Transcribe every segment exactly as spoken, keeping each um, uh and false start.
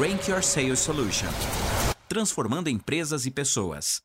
Rank Your Sales Solution, transformando empresas e pessoas.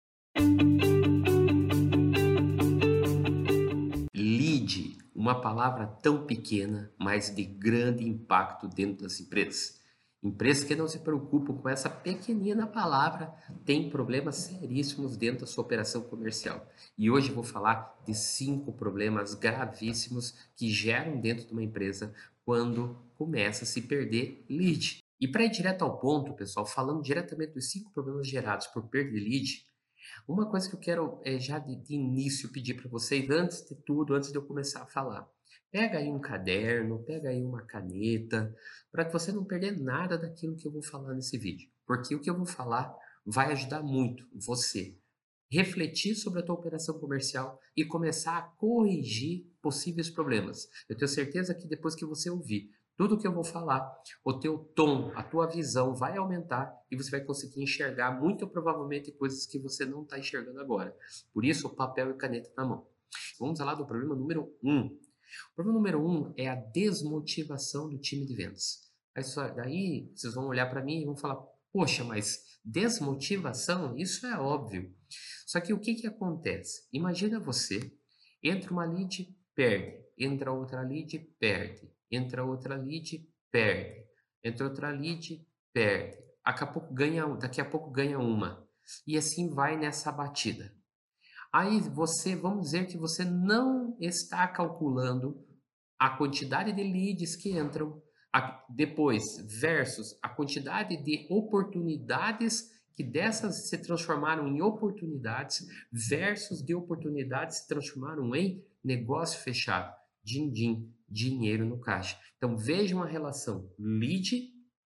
Lead, uma palavra tão pequena, mas de grande impacto dentro das empresas. Empresas que não se preocupam com essa pequenina palavra têm problemas seríssimos dentro da sua operação comercial. E hoje eu vou falar de cinco problemas gravíssimos que geram dentro de uma empresa quando começa a se perder lead. E para ir direto ao ponto, pessoal, falando diretamente dos cinco problemas gerados por perda de lead, uma coisa que eu quero é, já de, de início pedir para vocês, antes de tudo, antes de eu começar a falar, pega aí um caderno, pega aí uma caneta, para que você não perder nada daquilo que eu vou falar nesse vídeo. Porque o que eu vou falar vai ajudar muito você refletir sobre a tua operação comercial e começar a corrigir possíveis problemas. Eu tenho certeza que depois que você ouvir tudo que eu vou falar, o teu tom, a tua visão vai aumentar e você vai conseguir enxergar muito provavelmente coisas que você não está enxergando agora. Por isso, o papel e caneta na mão. Vamos falar do problema número um. O problema número um é a desmotivação do time de vendas. Aí, só, daí vocês vão olhar para mim e vão falar, poxa, mas desmotivação? Isso é óbvio. Só que o que, que acontece? Imagina você, entra uma lead, perde. Entra outra lead, perde. Entra outra lead, perde. Entra outra lead, perde. Daqui a pouco ganha, daqui a pouco ganha uma. E assim vai nessa batida. Aí você, vamos dizer que você não está calculando a quantidade de leads que entram a, depois versus a quantidade de oportunidades que dessas se transformaram em oportunidades versus de oportunidades se transformaram em negócio fechado. Din-din, dinheiro no caixa. Então vejam a relação lead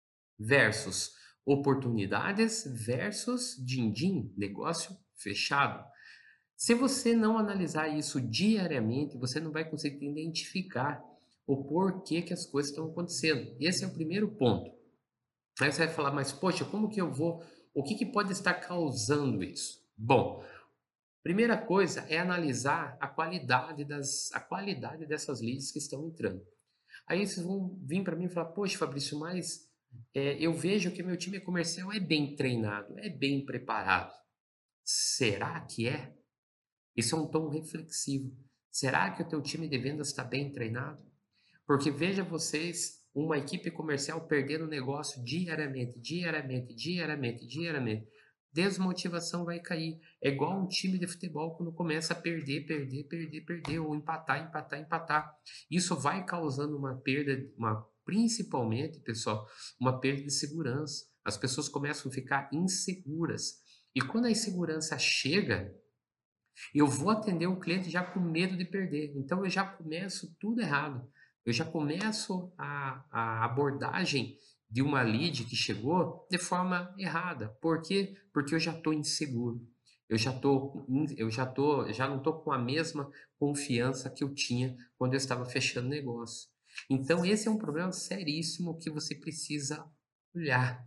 versus oportunidades versus din-din, negócio fechado. Se você não analisar isso diariamente, você não vai conseguir identificar o porquê que as coisas estão acontecendo. Esse é o primeiro ponto. Aí você vai falar, mas poxa, como que eu vou... O que, que pode estar causando isso? Bom, primeira coisa é analisar a qualidade, das, a qualidade dessas leads que estão entrando. Aí vocês vão vir para mim e falar, poxa, Fabrício, mas é, eu vejo que meu time comercial é bem treinado, é bem preparado. Será que é? Isso é um tom reflexivo. Será que o teu time de vendas está bem treinado? Porque veja vocês, uma equipe comercial perdendo negócio diariamente, diariamente, diariamente, diariamente. Desmotivação vai cair. É igual um time de futebol quando começa a perder, perder, perder, perder, ou empatar, empatar, empatar. Isso vai causando uma perda, uma, principalmente, pessoal, uma perda de segurança. As pessoas começam a ficar inseguras. E quando a insegurança chega, eu vou atender o cliente já com medo de perder. Então eu já começo tudo errado. Eu já começo a, a abordagem de uma lead que chegou de forma errada. Por quê? Porque eu já estou inseguro. Eu já tô, eu já tô, já não estou com a mesma confiança que eu tinha quando eu estava fechando negócio. Então esse é um problema seríssimo que você precisa olhar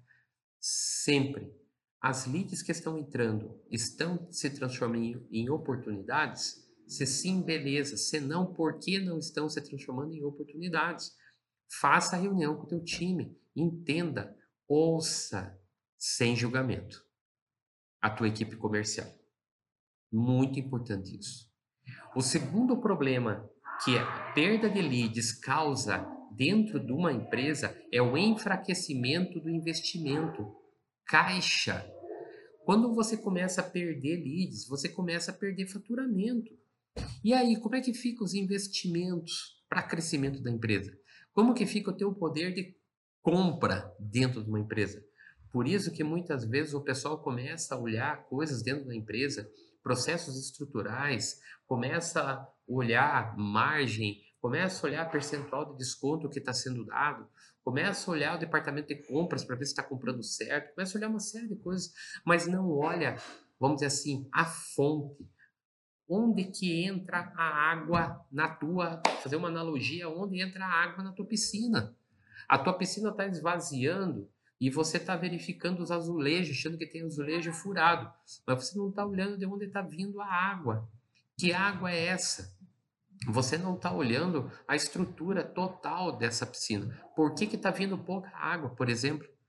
sempre. As leads que estão entrando estão se transformando em, em oportunidades? Se sim, beleza. Se não, por que não estão se transformando em oportunidades? Faça a reunião com o teu time, entenda, ouça sem julgamento a tua equipe comercial. Muito importante isso. O segundo problema que a perda de leads causa dentro de uma empresa é o enfraquecimento do investimento. Caixa. Quando você começa a perder leads, você começa a perder faturamento. E aí, como é que ficam os investimentos para crescimento da empresa? Como que fica o teu poder de compra dentro de uma empresa? Por isso que muitas vezes o pessoal começa a olhar coisas dentro da empresa, processos estruturais, começa a olhar margem, começa a olhar percentual de desconto que está sendo dado, começa a olhar o departamento de compras para ver se está comprando certo, começa a olhar uma série de coisas, mas não olha, vamos dizer assim, a fonte. Onde que entra a água na tua, fazer uma analogia, onde entra a água na tua piscina? A tua piscina está esvaziando e você está verificando os azulejos, achando que tem azulejo furado, mas você não está olhando de onde está vindo a água. Que água é essa? Você não está olhando a estrutura total dessa piscina. Por que está vindo pouca água, por exemplo?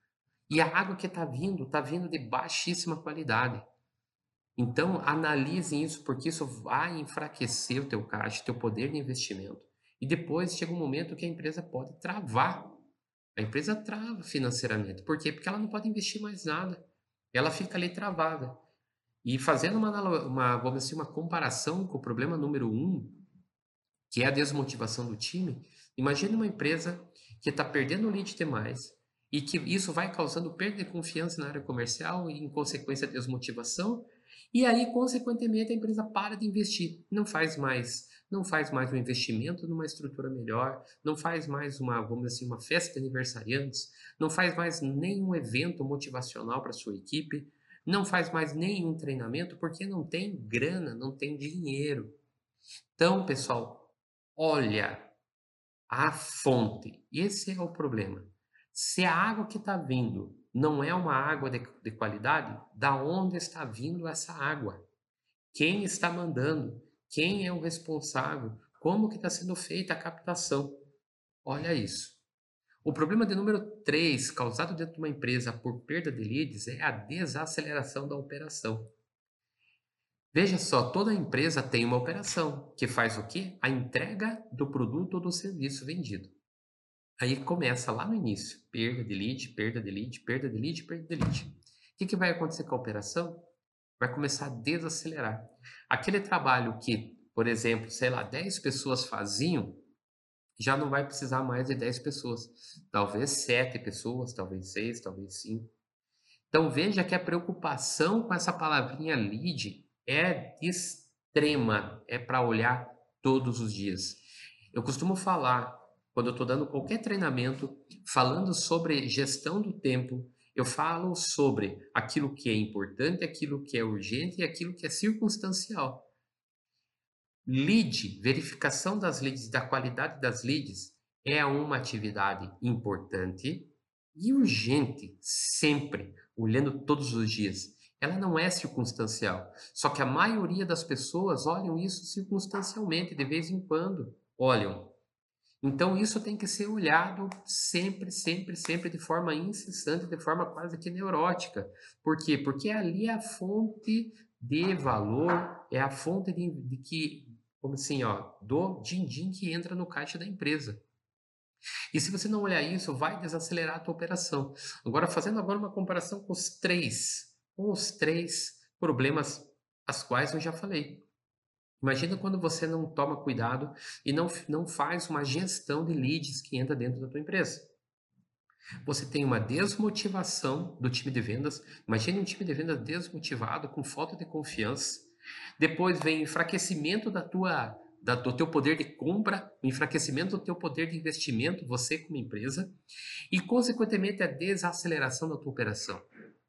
E a água que está vindo, está vindo de baixíssima qualidade. Então, analisem isso, porque isso vai enfraquecer o teu caixa, teu poder de investimento. E depois chega um momento que a empresa pode travar. A empresa trava financeiramente. Por quê? Porque ela não pode investir mais nada. Ela fica ali travada. E fazendo uma, analo- uma, vamos dizer, uma comparação com o problema número um, que é a desmotivação do time, imagine uma empresa que está perdendo o lead demais e que isso vai causando perda de confiança na área comercial e, em consequência, desmotivação. E aí, consequentemente, a empresa para de investir, não faz mais, não faz mais um investimento numa estrutura melhor, não faz mais uma, vamos dizer assim, uma festa de aniversariantes, não faz mais nenhum evento motivacional para sua equipe, não faz mais nenhum treinamento porque não tem grana, não tem dinheiro. Então, pessoal, olha a fonte. Esse é o problema. Se a água que está vindo não é uma água de, de qualidade, da onde está vindo essa água? Quem está mandando? Quem é o responsável? Como que está sendo feita a captação? Olha isso. O problema de número três, causado dentro de uma empresa por perda de leads, é a desaceleração da operação. Veja só, toda empresa tem uma operação que faz o quê? A entrega do produto ou do serviço vendido. Aí começa lá no início, perda de lead, perda de lead, perda de lead, perda de lead. O que, que vai acontecer com a operação? Vai começar a desacelerar. Aquele trabalho que, por exemplo, sei lá, dez pessoas faziam, já não vai precisar mais de dez pessoas. Talvez sete pessoas, talvez seis, talvez cinco. Então veja que a preocupação com essa palavrinha lead é extrema, é para olhar todos os dias. Eu costumo falar, quando eu estou dando qualquer treinamento, falando sobre gestão do tempo, eu falo sobre aquilo que é importante, aquilo que é urgente e aquilo que é circunstancial. Lead, verificação das leads, da qualidade das leads, é uma atividade importante e urgente, sempre, olhando todos os dias. Ela não é circunstancial, só que a maioria das pessoas olham isso circunstancialmente, de vez em quando olham. Então isso tem que ser olhado sempre, sempre, sempre de forma incessante, de forma quase que neurótica. Por quê? Porque ali é a fonte de valor, é a fonte de, de que, como assim, ó, do din-din que entra no caixa da empresa. E se você não olhar isso, vai desacelerar a tua operação. Agora, fazendo agora uma comparação com os três, com os três problemas as quais eu já falei. Imagina quando você não toma cuidado e não, não faz uma gestão de leads que entra dentro da tua empresa. Você tem uma desmotivação do time de vendas. Imagine um time de vendas desmotivado, com falta de confiança. Depois vem enfraquecimento da tua, da, do teu poder de compra, o enfraquecimento do teu poder de investimento, você como empresa, e consequentemente a desaceleração da tua operação.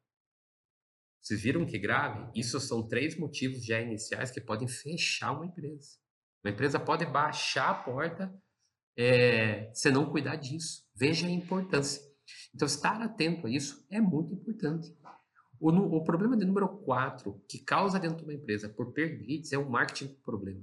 Vocês viram que grave? Isso são três motivos já iniciais que podem fechar uma empresa. Uma empresa pode baixar a porta é, se não cuidar disso. Veja a importância. Então, estar atento a isso é muito importante. O, o problema de número quatro, que causa dentro de uma empresa por perder leads, é o marketing problema.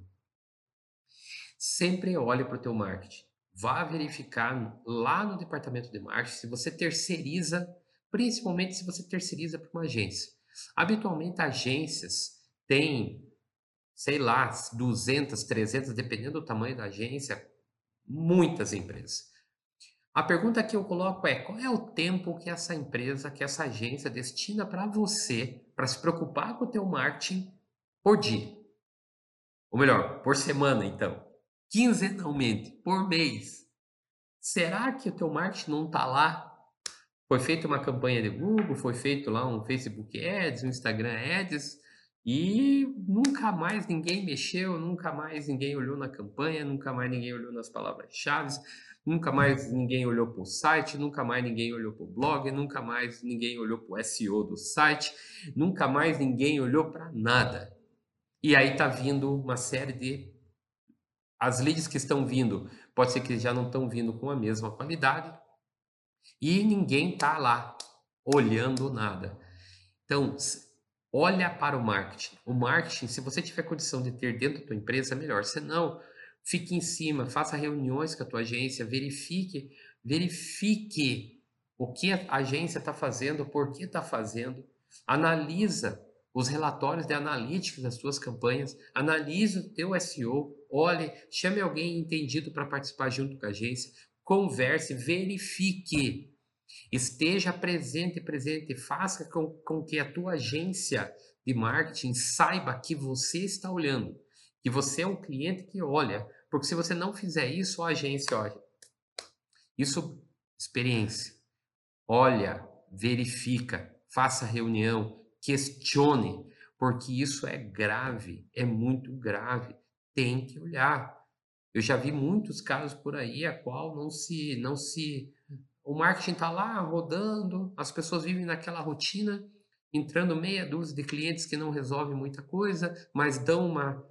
Sempre olhe para o teu marketing. Vá verificar lá no departamento de marketing se você terceiriza, principalmente se você terceiriza para uma agência. Habitualmente, agências têm, sei lá, duzentas, trezentas, dependendo do tamanho da agência, muitas empresas. A pergunta que eu coloco é: qual é o tempo que essa empresa, que essa agência destina para você, para se preocupar com o teu marketing por dia? Ou melhor, por semana, então. Quinzenalmente, por mês. Será que o teu marketing não está lá? Foi feita uma campanha de Google, foi feito lá um Facebook Ads, um Instagram Ads, e nunca mais ninguém mexeu, nunca mais ninguém olhou na campanha, nunca mais ninguém olhou nas palavras-chave, nunca mais ninguém olhou para o site, nunca mais ninguém olhou para o blog, nunca mais ninguém olhou para o S E O do site, nunca mais ninguém olhou para nada. E aí está vindo uma série de... As leads que estão vindo, pode ser que já não estão vindo com a mesma qualidade, e ninguém está lá olhando nada. Então, olha para o marketing. O marketing, se você tiver condição de ter dentro da tua empresa, é melhor. Se não, fique em cima, faça reuniões com a tua agência, verifique, verifique o que a agência está fazendo, por que está fazendo, analisa os relatórios de analítica das suas campanhas, analise o teu S E O, olhe, chame alguém entendido para participar junto com a agência, converse, verifique, esteja presente, presente, faça com, com que a tua agência de marketing saiba que você está olhando, que você é um cliente que olha, porque se você não fizer isso, a agência olha. Isso, experiência. Olha, verifica, faça reunião, questione, porque isso é grave, é muito grave. Tem que olhar. Eu já vi muitos casos por aí a qual não se, não se, o marketing está lá rodando, as pessoas vivem naquela rotina, entrando meia dúzia de clientes que não resolvem muita coisa, mas dão uma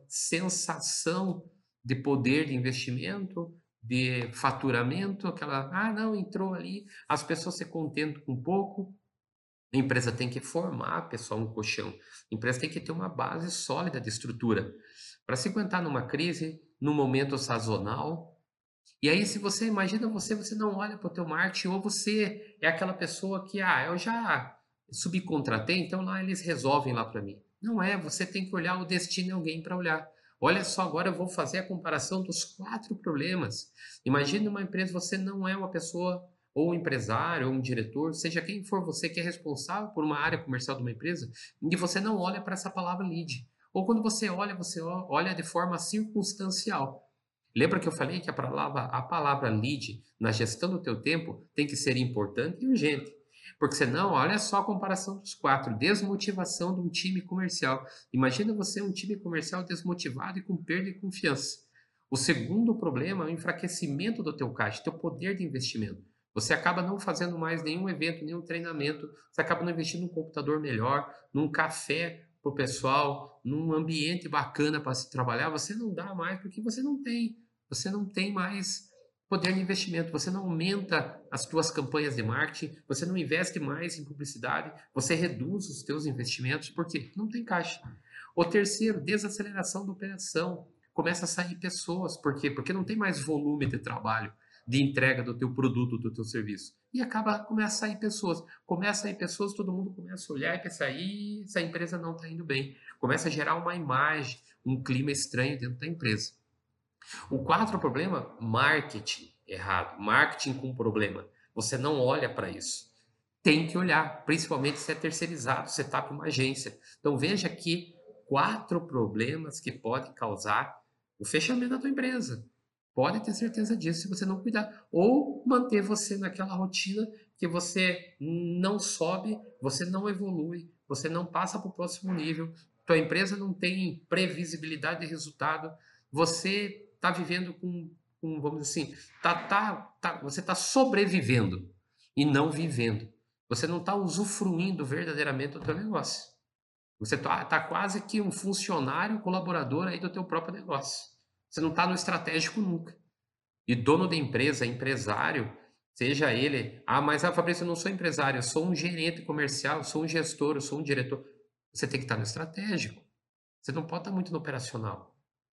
sensação de poder de investimento, de faturamento, aquela, ah, não, entrou ali, as pessoas se contentam com pouco. A empresa tem que formar, pessoal, um colchão. A empresa tem que ter uma base sólida de estrutura para se aguentar numa crise, num momento sazonal. E aí, se você imagina você, você não olha para o teu marketing, ou você é aquela pessoa que, ah, eu já subcontratei, então lá eles resolvem lá para mim. Não é, você tem que olhar o destino de alguém para olhar. Olha só, agora eu vou fazer a comparação dos quatro problemas. Imagina uma empresa, você não é uma pessoa, ou um empresário, ou um diretor, seja quem for você que é responsável por uma área comercial de uma empresa, e você não olha para essa palavra lead. Ou quando você olha, você olha de forma circunstancial. Lembra que eu falei que a palavra, a palavra lead na gestão do teu tempo tem que ser importante e urgente. Porque senão, olha só a comparação dos quatro. Desmotivação de um time comercial. Imagina você um time comercial desmotivado e com perda de confiança. O segundo problema é o enfraquecimento do teu caixa, teu poder de investimento. Você acaba não fazendo mais nenhum evento, nenhum treinamento. Você acaba não investindo num computador melhor, num café para o pessoal, num ambiente bacana para se trabalhar. Você não dá mais porque você não tem. Você não tem mais poder de investimento, você não aumenta as tuas campanhas de marketing, você não investe mais em publicidade, você reduz os teus investimentos, porque não tem caixa. O terceiro, desaceleração da operação. Começa a sair pessoas, por quê? Porque não tem mais volume de trabalho, de entrega do teu produto, do teu serviço. E acaba, começa a sair pessoas. Começa a sair pessoas, todo mundo começa a olhar e pensar, ih, essa empresa não está indo bem. Começa a gerar uma imagem, um clima estranho dentro da empresa. O quarto problema, marketing errado, marketing com problema. Você não olha para isso. Tem que olhar, principalmente se é terceirizado, você está para uma agência. Então veja aqui quatro problemas que podem causar o fechamento da tua empresa. Pode ter certeza disso se você não cuidar. Ou manter você naquela rotina que você não sobe, você não evolui, você não passa para o próximo nível, tua empresa não tem previsibilidade de resultado, você está vivendo com, com, vamos dizer assim, tá, tá, tá, você está sobrevivendo e não vivendo. Você não está usufruindo verdadeiramente do teu negócio. Você está tá quase que um funcionário, colaborador aí do teu próprio negócio. Você não está no estratégico nunca. E dono da empresa, empresário, seja ele, ah, mas ah, Fabrício, eu não sou empresário, eu sou um gerente comercial, eu sou um gestor, eu sou um diretor. Você tem que estar no estratégico. Você não pode estar muito no operacional.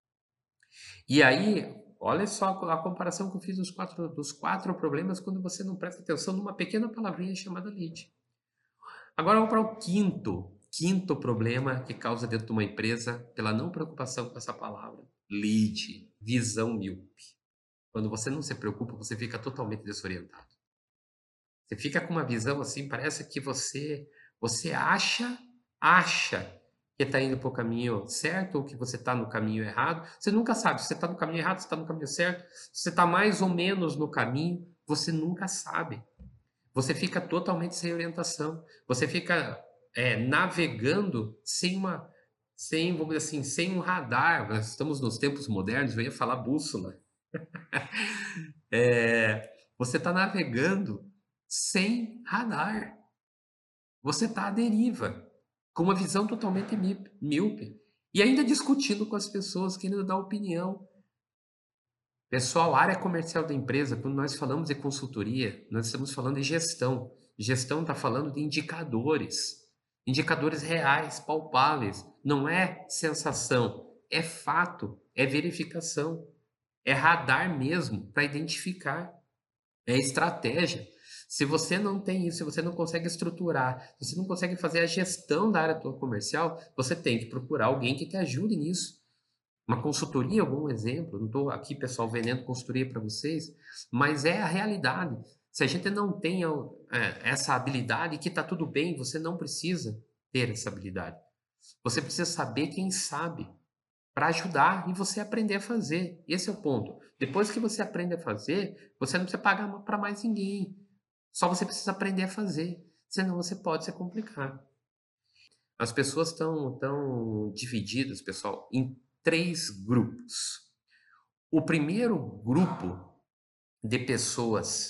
E aí, olha só a comparação que eu fiz dos quatro, dos quatro problemas quando você não presta atenção numa pequena palavrinha chamada lead. Agora vamos para o quinto, quinto problema que causa dentro de uma empresa pela não preocupação com essa palavra, lead, visão míope. Quando você não se preocupa, você fica totalmente desorientado. Você fica com uma visão assim, parece que você, você acha, acha que está indo para o caminho certo ou que você está no caminho errado. Você nunca sabe se você está no caminho errado, se está no caminho certo, se você está mais ou menos no caminho, você nunca sabe. Você fica totalmente sem orientação. Você fica é, navegando sem uma, sem, vamos dizer assim, sem um radar. Nós estamos nos tempos modernos, eu ia falar bússola. é, você está navegando sem radar. Você está à deriva, com uma visão totalmente míope. E ainda discutindo com as pessoas, querendo dar opinião. Pessoal, a área comercial da empresa, quando nós falamos de consultoria, nós estamos falando de gestão. Gestão está falando de indicadores. Indicadores reais, palpáveis. Não é sensação, é fato, é verificação. É radar mesmo para identificar. é estratégia. Se você não tem isso, se você não consegue estruturar, se você não consegue fazer a gestão da área tua comercial, você tem que procurar alguém que te ajude nisso. Uma consultoria, algum exemplo, não estou aqui, pessoal, vendendo consultoria para vocês, mas é a realidade. Se a gente não tem é, essa habilidade, que está tudo bem, você não precisa ter essa habilidade. Você precisa saber quem sabe para ajudar e você aprender a fazer. Esse é o ponto. Depois que você aprende a fazer, você não precisa pagar para mais ninguém. Só você precisa aprender a fazer, senão você pode se complicar. As pessoas estão tão divididas, pessoal, em três grupos. O primeiro grupo de pessoas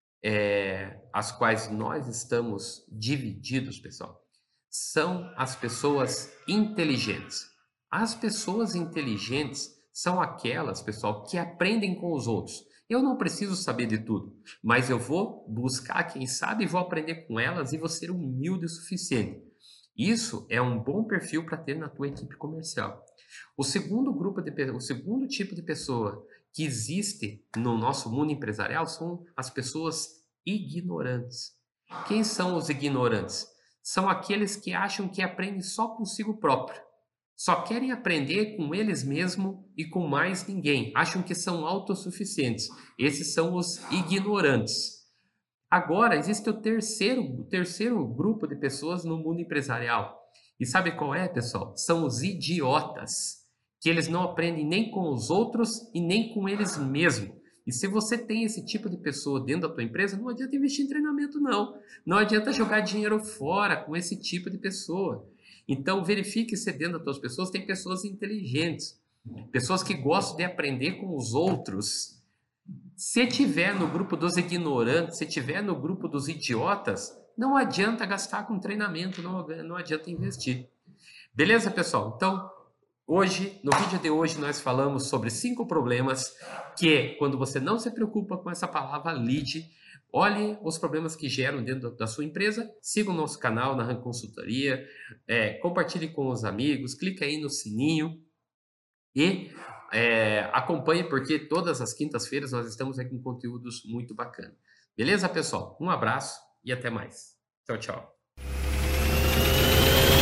é, as quais nós estamos divididos, pessoal, são as pessoas inteligentes. As pessoas inteligentes são aquelas, pessoal, que aprendem com os outros. Eu não preciso saber de tudo, mas eu vou buscar quem sabe e vou aprender com elas e vou ser humilde o suficiente. Isso é um bom perfil para ter na tua equipe comercial. O segundo grupo de, o segundo tipo de pessoa que existe no nosso mundo empresarial são as pessoas ignorantes. Quem são os ignorantes? São aqueles que acham que aprendem só consigo próprio. Só querem aprender com eles mesmos e com mais ninguém. Acham que são autossuficientes. Esses são os ignorantes. Agora, existe o terceiro, o terceiro grupo de pessoas no mundo empresarial. E sabe qual é, pessoal? São os idiotas, que eles não aprendem nem com os outros e nem com eles mesmos. E se você tem esse tipo de pessoa dentro da tua empresa, não adianta investir em treinamento, não. Não adianta jogar dinheiro fora com esse tipo de pessoa. Então, verifique se dentro das tuas pessoas tem pessoas inteligentes, pessoas que gostam de aprender com os outros. Se tiver no grupo dos ignorantes, se tiver no grupo dos idiotas, não adianta gastar com treinamento, não, não adianta investir. Beleza, pessoal? Então, hoje, no vídeo de hoje, nós falamos sobre cinco problemas que é quando você não se preocupa com essa palavra lead. Olhe os problemas que geram dentro da sua empresa, siga o nosso canal na Rank Consultoria, é, compartilhe com os amigos, clique aí no sininho e é, acompanhe, porque todas as quintas-feiras nós estamos aqui com conteúdos muito bacanas. Beleza, pessoal? Um abraço e até mais. Tchau, tchau.